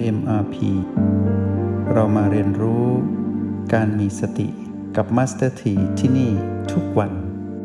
MRP เรามาเรียนรู้การมีสติกับ Master T ที่นี่ทุกวัน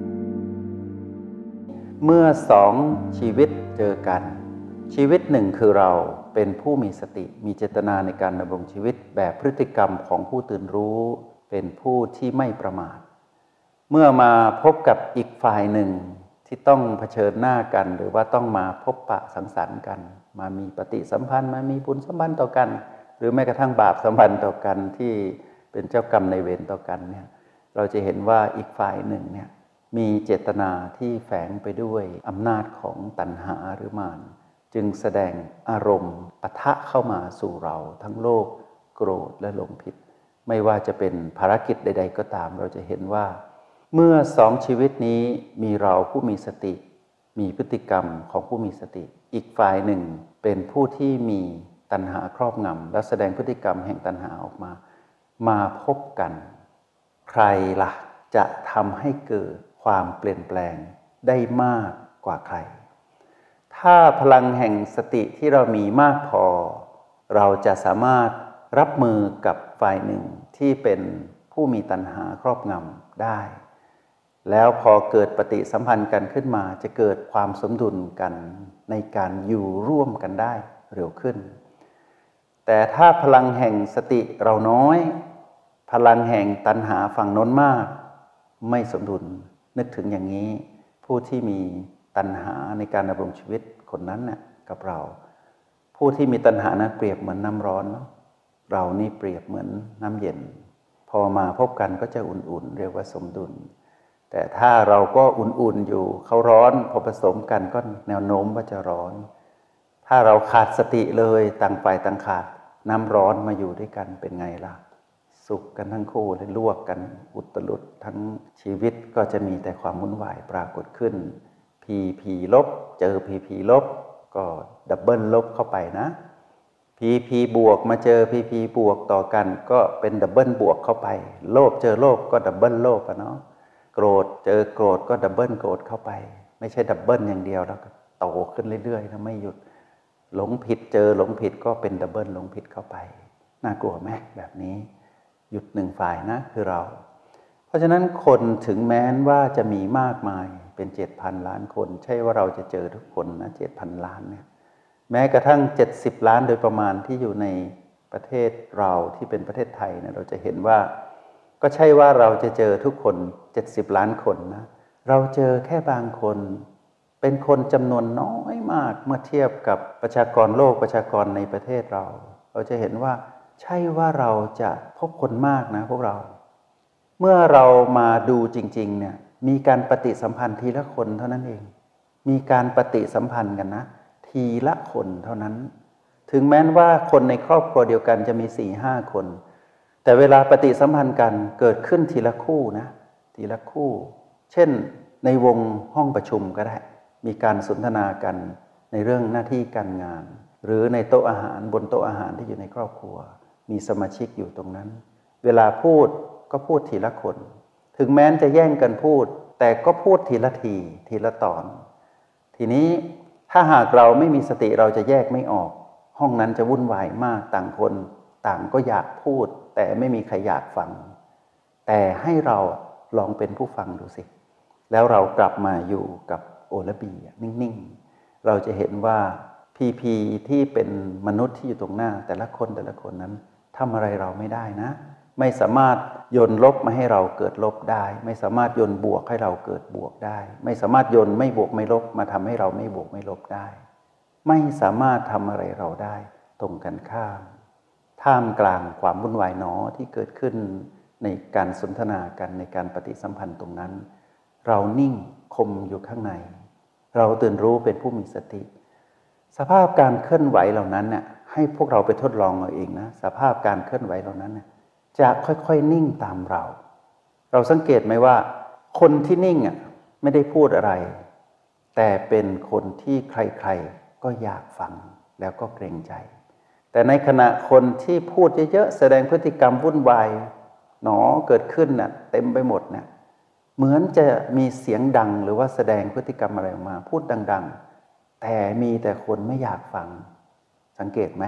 เมื่อสองชีวิตเจอกันชีวิตหนึ่งคือเราเป็นผู้มีสติมีเจตนาในการดำรงชีวิตแบบพฤติกรรมของผู้ตื่นรู้เป็นผู้ที่ไม่ประมาทเมื่อมาพบกับอีกฝ่ายหนึ่งที่ต้องเผชิญหน้ากันหรือว่าต้องมาพบปะสังสรรค์กันมามีปฏิสัมพันธ์มามีบุญสัมพันธ์ต่อกันหรือแม้กระทั่งบาปสัมพันธ์ต่อกันที่เป็นเจ้ากรรมนายเวรต่อกันเนี่ยเราจะเห็นว่าอีกฝ่ายหนึ่งเนี่ยมีเจตนาที่แฝงไปด้วยอำนาจของตัณหาหรือมารจึงแสดงอารมณ์ปะทะเข้ามาสู่เราทั้งโลภโกรธและหลงผิดไม่ว่าจะเป็นภารกิจใดๆก็ตามเราจะเห็นว่าเมื่อสองชีวิตนี้มีเราผู้มีสติมีพฤติกรรมของผู้มีสติอีกฝ่ายหนึ่งเป็นผู้ที่มีตัณหาครอบงำและแสดงพฤติกรรมแห่งตัณหาออกมาพบกันใครล่ะจะทำให้เกิดความเปลี่ยนแปลงได้มากกว่าใครถ้าพลังแห่งสติที่เรามีมากพอเราจะสามารถรับมือกับฝ่ายหนึ่งที่เป็นผู้มีตัณหาครอบงำได้แล้วพอเกิดปฏิสัมพันธ์กันขึ้นมาจะเกิดความสมดุลกันในการอยู่ร่วมกันได้เร็วขึ้นแต่ถ้าพลังแห่งสติเราน้อยพลังแห่งตัณหาฝั่งโน้นมากไม่สมดุลนึกถึงอย่างนี้ผู้ที่มีตัณหาในการดำรงชีวิตคนนั้นน่ะกับเราผู้ที่มีตัณหานั้นเปรียบเหมือนน้ำร้อนเนาะเรานี่เปรียบเหมือนน้ำเย็นพอมาพบกันก็จะอุ่นๆเรียกว่าสมดุลแต่ถ้าเราก็อุ่นๆอยู่เขาร้อนพอผสมกันก็แนวโน้มว่าจะร้อนถ้าเราขาดสติเลยต่างฝ่ายต่างขาดน้ำร้อนมาอยู่ด้วยกันเป็นไงล่ะสุขกันทั้งคู่เลยลวกกันอุตลุดทั้งชีวิตก็จะมีแต่ความวุ่นวายปรากฏขึ้นพีลบเจอพีลบก็ดับเบิลลบเข้าไปนะพีบวกมาเจอพีบวกต่อกันก็เป็นดับเบิลบวกเข้าไปโลภเจอโลภก็ดับเบิลโลภเนาะโกรธเจอโกรธก็ดับเบิลโกรธเข้าไปไม่ใช่ดับเบิลอย่างเดียวแล้วก็โตขึ้นเรื่อยๆนะไม่หยุดหลงผิดเจอหลงผิดก็เป็นดับเบิลหลงผิดเข้าไปน่ากลัวไหมแบบนี้หยุดหนึ่งฝ่ายนะคือเราเพราะฉะนั้นคนถึงแม้ว่าจะมีมากมายเป็น 7,000 ล้านคนใช่ว่าเราจะเจอทุกคนนะ 7,000 ล้านเนี่ยแม้กระทั่ง70ล้านโดยประมาณที่อยู่ในประเทศเราที่เป็นประเทศไทยเนี่ยเราจะเห็นว่าก็ใช่ว่าเราจะเจอทุกคน70ล้านคนนะเราเจอแค่บางคนเป็นคนจำนวนน้อยมากเมื่อเทียบกับประชากรโลกประชากรในประเทศเราจะเห็นว่าใช่ว่าเราจะพบคนมากนะพวกเราเมื่อเรามาดูจริงๆเนี่ยมีการปฏิสัมพันธ์ทีละคนเท่านั้นเองมีการปฏิสัมพันธ์กันนะทีละคนเท่านั้นถึงแม้ว่าคนในครอบครัวเดียวกันจะมี 4-5 คนแต่เวลาปฏิสัมพันธ์กันเกิดขึ้นทีละคู่นะทีละคู่เช่นในวงห้องประชุมก็ได้มีการสนทนากันในเรื่องหน้าที่การงานหรือในโต๊ะอาหารบนโต๊ะอาหารที่อยู่ในครอบครัวมีสมาชิกอยู่ตรงนั้นเวลาพูดก็พูดทีละคนถึงแม้จะแย่งกันพูดแต่ก็พูดทีละตอนทีนี้ถ้าหากเราไม่มีสติเราจะแยกไม่ออกห้องนั้นจะวุ่นวายมากต่างคนต่างก็อยากพูดแต่ไม่มีใครอยากฟังแต่ให้เราลองเป็นผู้ฟังดูสิแล้วเรากลับมาอยู่กับโอละบีนิ่งๆเราจะเห็นว่าพีที่เป็นมนุษย์ที่อยู่ตรงหน้าแต่ละคนนั้นทำอะไรเราไม่ได้นะไม่สามารถโยนลบมาให้เราเกิดลบได้ไม่สามารถโยนบวกให้เราเกิดบวกได้ไม่สามารถโยนไม่บวกไม่ลบมาทำให้เราไม่บวกไม่ลบได้ไม่สามารถทำอะไรเราได้ตรงกันข้ามท่ามกลางความวุ่นวายหนอที่เกิดขึ้นในการสนทนากันในการปฏิสัมพันธ์ตรงนั้นเรานิ่งคมอยู่ข้างในเราตื่นรู้เป็นผู้มีสติสภาพการเคลื่อนไหวเหล่านั้นเนี่ยให้พวกเราไปทดลองเอาเองนะสภาพการเคลื่อนไหวเหล่านั้นจะค่อยๆนิ่งตามเราสังเกตไหมว่าคนที่นิ่งไม่ได้พูดอะไรแต่เป็นคนที่ใครๆก็อยากฟังแล้วก็เกรงใจแต่ในขณะคนที่พูดเยอะๆแสดงพฤติกรรมวุ่นวายหนอเกิดขึ้นเต็มไปหมดเหมือนจะมีเสียงดังหรือว่าแสดงพฤติกรรมอะไรออกมาพูดดังๆแต่มีแต่คนไม่อยากฟังสังเกตไหม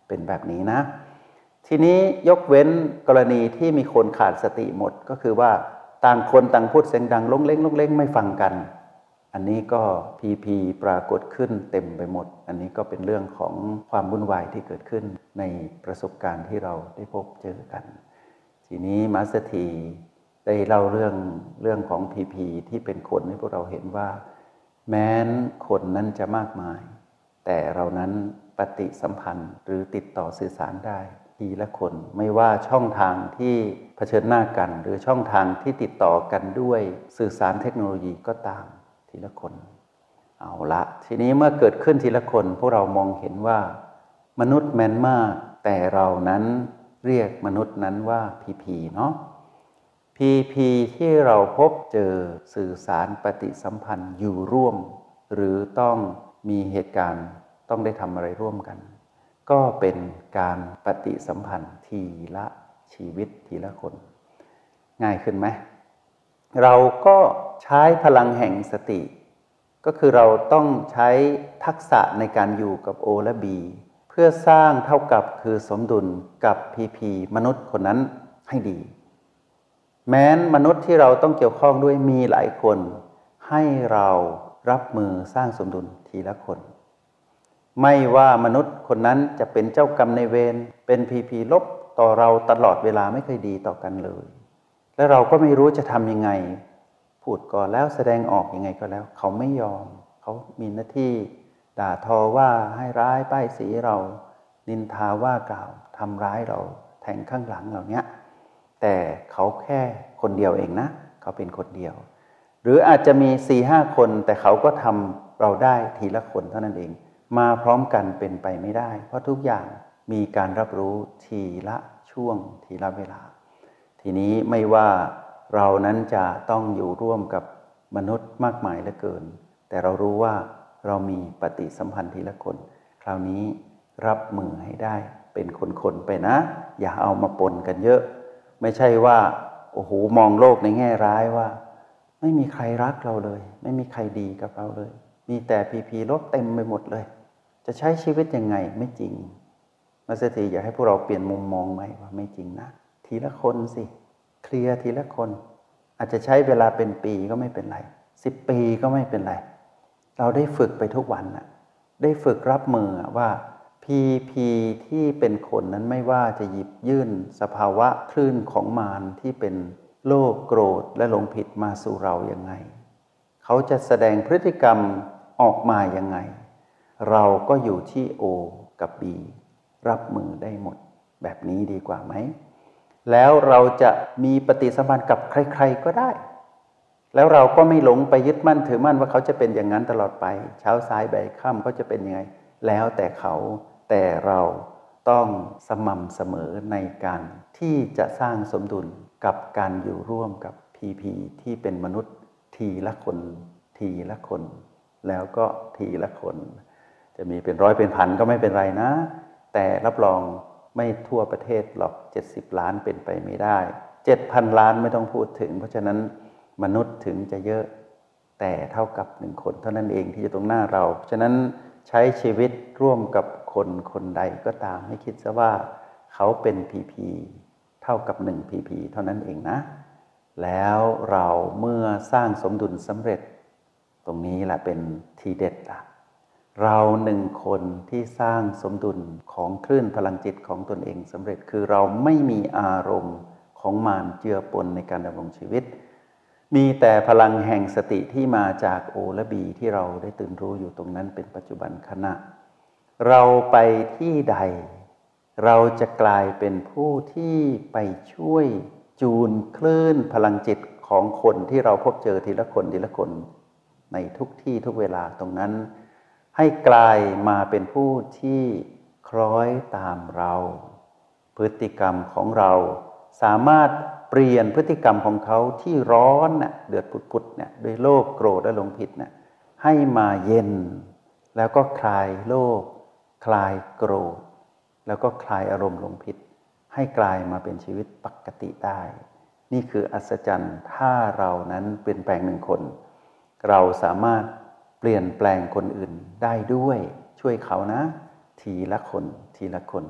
เป็นแบบนี้นะทีนี้ยกเว้นกรณีที่มีคนขาดสติหมดก็คือว่าต่างคนต่างพูดเสียงดังลงเล้งลงเล้งไม่ฟังกันอันนี้ก็พีปรากฏขึ้นเต็มไปหมดอันนี้ก็เป็นเรื่องของความวุ่นวายที่เกิดขึ้นในประสบการณ์ที่เราได้พบเจอกันทีนี้มาสเตอร์ทีได้เล่าเรื่องของพีที่เป็นคนให้พวกเราเห็นว่าแม้นคนนั้นจะมากมายแต่เรานั้นปฏิสัมพันธ์หรือติดต่อสื่อสารได้ทีละคนไม่ว่าช่องทางที่เผชิญหน้ากันหรือช่องทางที่ติดต่อกันด้วยสื่อสารเทคโนโลยีก็ตามทีละคนเอาละทีนี้เมื่อเกิดขึ้นทีละคนพวกเรามองเห็นว่ามนุษย์แม้นมากแต่เรานั้นเรียกมนุษย์นั้นว่าพีเนาะพีที่เราพบเจอสื่อสารปฏิสัมพันธ์อยู่ร่วมหรือต้องมีเหตุการณ์ต้องได้ทำอะไรร่วมกันก็เป็นการปฏิสัมพันธ์ทีละชีวิตทีละคนง่ายขึ้นไหมเราก็ใช้พลังแห่งสติก็คือเราต้องใช้ทักษะในการอยู่กับ O และ B เพื่อสร้างเท่ากับคือสมดุลกับพีมนุษย์คนนั้นให้ดีแม้นมนุษย์ที่เราต้องเกี่ยวข้องด้วยมีหลายคนให้เรารับมือสร้างสมดุลทีละคนไม่ว่ามนุษย์คนนั้นจะเป็นเจ้ากรรมนายเวรเป็นพีลบต่อเราตลอดเวลาไม่เคยดีต่อกันเลยและเราก็ไม่รู้จะทำยังไงพูดก่อนแล้วแสดงออกยังไงก็แล้วเขาไม่ยอมเขามีหน้าที่ด่าทอว่าให้ร้ายป้ายสีเรานินทาว่ากล่าวทำร้ายเราแทงข้างหลังเหล่านี้แต่เขาแค่คนเดียวเองนะเขาเป็นคนเดียวหรืออาจจะมี 4-5 คนแต่เขาก็ทำเราได้ทีละคนเท่านั้นเองมาพร้อมกันเป็นไปไม่ได้เพราะทุกอย่างมีการรับรู้ทีละช่วงทีละเวลาทีนี้ไม่ว่าเรานั้นจะต้องอยู่ร่วมกับมนุษย์มากมายเหลือเกินแต่เรารู้ว่าเรามีปฏิสัมพันธ์ทีละคนคราวนี้รับมือให้ได้เป็นคนๆไปนะอย่าเอามาปนกันเยอะไม่ใช่ว่าโอ้โหมองโลกในแง่ร้ายว่าไม่มีใครรักเราเลยไม่มีใครดีกับเราเลยมีแต่พีลบเต็มไปหมดเลยจะใช้ชีวิตยังไงไม่จริงมาสเตอร์ทีอยากให้พวกเราเปลี่ยนมุมมองใหม่ว่าไม่จริงนะทีละคนสิเคลียร์ทีละคนอาจจะใช้เวลาเป็นปีก็ไม่เป็นไร10 ปีก็ไม่เป็นไรเราได้ฝึกไปทุกวันน่ะได้ฝึกรับมือว่าพีที่เป็นคนนั้นไม่ว่าจะหยิบยื่นสภาวะคลื่นของมารที่เป็นโลภโกรธและหลงผิดมาสู่เรายังไงเขาจะแสดงพฤติกรรมออกมายังไงเราก็อยู่ที่ O กับ B รับมือได้หมดแบบนี้ดีกว่าไหมแล้วเราจะมีปฏิสัมพันธ์กับใครๆก็ได้แล้วเราก็ไม่หลงไปยึดมั่นถือมั่นว่าเขาจะเป็นอย่างนั้นตลอดไปเช้าสายบ่ายค่ำเขาจะเป็นยังไงแล้วแต่เขาแต่เราต้องสม่ำเสมอในการที่จะสร้างสมดุลกับการอยู่ร่วมกับพีที่เป็นมนุษย์ทีละคนทีละคนแล้วก็ทีละคนจะมีเป็นร้อยเป็นพันก็ไม่เป็นไรนะแต่รับรองไม่ทั่วประเทศหรอก70 ล้านเป็นไปไม่ได้ 7,000 ล้านไม่ต้องพูดถึงเพราะฉะนั้นมนุษย์ถึงจะเยอะแต่เท่ากับ1 คนเท่านั้นเองที่อยู่ตรงหน้าเราฉะนั้นใช้ชีวิตร่วมกับคนใดก็ตามให้คิดซะว่าเขาเป็นพีเท่ากับ1พีเท่านั้นเองนะแล้วเราเมื่อสร้างสมดุลสำเร็จตรงนี้แหละเป็นทีเด็ดล่ะเรา1 คนที่สร้างสมดุลของคลื่นพลังจิตของตนเองสำเร็จคือเราไม่มีอารมณ์ของมารเจือปนในการดำรงชีวิตมีแต่พลังแห่งสติที่มาจาก O และ B ที่เราได้ตื่นรู้อยู่ตรงนั้นเป็นปัจจุบันขณะเราไปที่ใดเราจะกลายเป็นผู้ที่ไปช่วยจูนคลื่นพลังจิตของคนที่เราพบเจอทีละคนทีละคนในทุกที่ทุกเวลาตรงนั้นให้กลายมาเป็นผู้ที่คล้อยตามเราพฤติกรรมของเราสามารถเปลี่ยนพฤติกรรมของเขาที่ร้อนน่ะเดือดปุดๆเนี่ยด้วยโลภโกรธและหลงผิดน่ะให้มาเย็นแล้วก็คลายโลภคลายโกรธแล้วก็คลายอารมณ์หลงผิดให้กลายมาเป็นชีวิตปกติได้นี่คืออัศจรรย์ถ้าเรานั้นเปลี่ยนแปลง1 คนเราสามารถเปลี่ยนแปลงคนอื่นได้ด้วยช่วยเขานะทีละคนทีละคน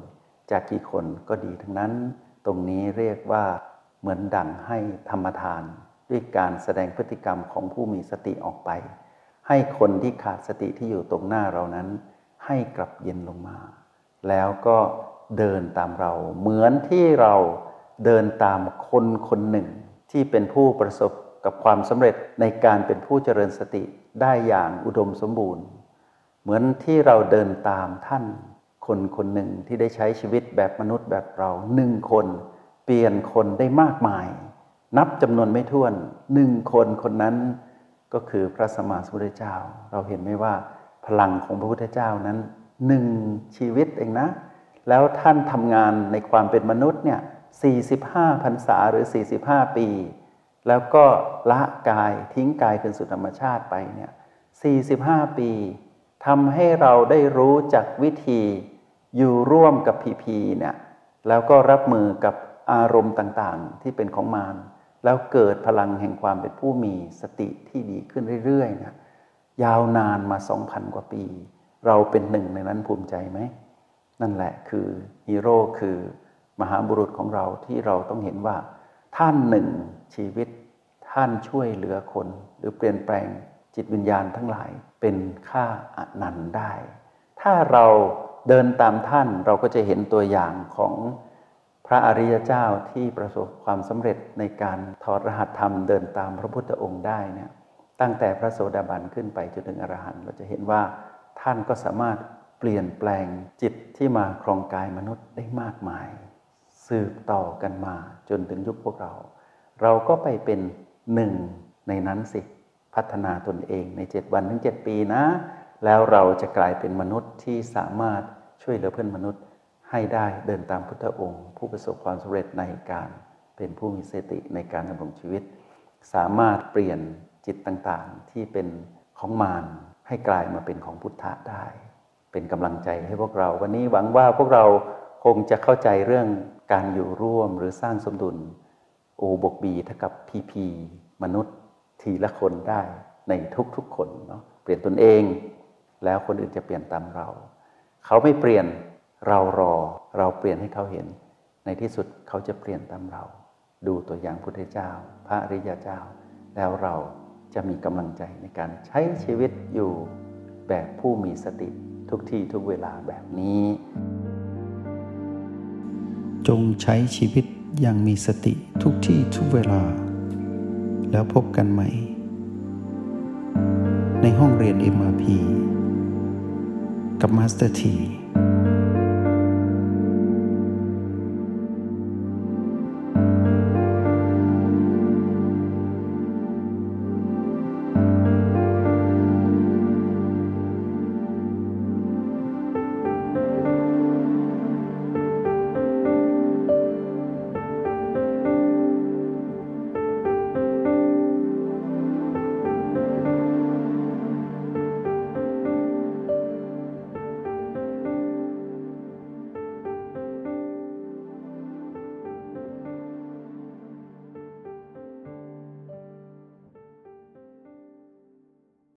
จากกี่คนก็ดีทั้งนั้นตรงนี้เรียกว่าเหมือนดั่งให้ธรรมทานด้วยการแสดงพฤติกรรมของผู้มีสติออกไปให้คนที่ขาดสติที่อยู่ตรงหน้าเรานั้นให้กลับเย็นลงมาแล้วก็เดินตามเราเหมือนที่เราเดินตามคนคนหนึ่งที่เป็นผู้ประสบกับความสำเร็จในการเป็นผู้เจริญสติได้อย่างอุดมสมบูรณ์เหมือนที่เราเดินตามท่านคนคนหนึ่งที่ได้ใช้ชีวิตแบบมนุษย์แบบเรา1 คนเปลี่ยนคนได้มากมายนับจำนวนไม่ถ้วน1 คนคนนั้นก็คือพระสัมมาสัมพุทธเจ้าเราเห็นไหมว่าพลังของพระพุทธเจ้านั้น1 ชีวิตเองนะแล้วท่านทำงานในความเป็นมนุษย์เนี่ย45 พรรษาหรือ45 ปีแล้วก็ละกายทิ้งกายคืนสู่ธรรมชาติไปเนี่ย45 ปีทำให้เราได้รู้จักวิธีอยู่ร่วมกับผีๆเนี่ยแล้วก็รับมือกับอารมณ์ต่างๆที่เป็นของมารแล้วเกิดพลังแห่งความเป็นผู้มีสติที่ดีขึ้นเรื่อยๆนะยาวนานมา 2,000 กว่าปีเราเป็นหนึ่งในนั้นภูมิใจไหมนั่นแหละคือฮีโร่คือมหาบุรุษของเราที่เราต้องเห็นว่าท่าน1 ชีวิตท่านช่วยเหลือคนหรือเปลี่ยนแปลงจิตวิญญาณทั้งหลายเป็นค่าอนันต์ได้ถ้าเราเดินตามท่านเราก็จะเห็นตัวอย่างของพระอริยเจ้าที่ประสบความสำเร็จในการถอดรหัสธรรมเดินตามพระพุทธองค์ได้เนี่ยตั้งแต่พระโสดาบันขึ้นไปจนถึงอรหันต์เราจะเห็นว่าท่านก็สามารถเปลี่ยนแปลงจิตที่มาครองกายมนุษย์ได้มากมายสืบต่อกันมาจนถึงยุคพวกเราก็ไปเป็น1 ในนั้นสิพัฒนาตนเองใน7 วันถึง7 ปีนะแล้วเราจะกลายเป็นมนุษย์ที่สามารถช่วยเหลือเพื่อนมนุษย์ให้ได้เดินตามพุทธองค์ผู้ประสบความสำเร็จในการเป็นผู้มีสติในการดำรงชีวิตสามารถเปลี่ยนจิตต่างๆที่เป็นของมารให้กลายมาเป็นของพุทธะได้เป็นกำลังใจให้พวกเราวันนี้หวังว่าพวกเราคงจะเข้าใจเรื่องการอยู่ร่วมหรือสร้างสมดุล O บวก B เท่ากับ PP มนุษย์ทีละคนได้ในทุกๆคนเนาะเปลี่ยนตนเองแล้วคนอื่นจะเปลี่ยนตามเราเขาไม่เปลี่ยนเรารอเราเปลี่ยนให้เขาเห็นในที่สุดเขาจะเปลี่ยนตามเราดูตัวอย่างพุทธเจ้าพระอริยเจ้าแล้วเราจะมีกำลังใจในการใช้ชีวิตอยู่แบบผู้มีสติทุกที่ทุกเวลาแบบนี้จงใช้ชีวิตอย่างมีสติทุกที่ทุกเวลาแล้วพบกันใหม่ในห้องเรียน MRP กับมาสเตอร์ที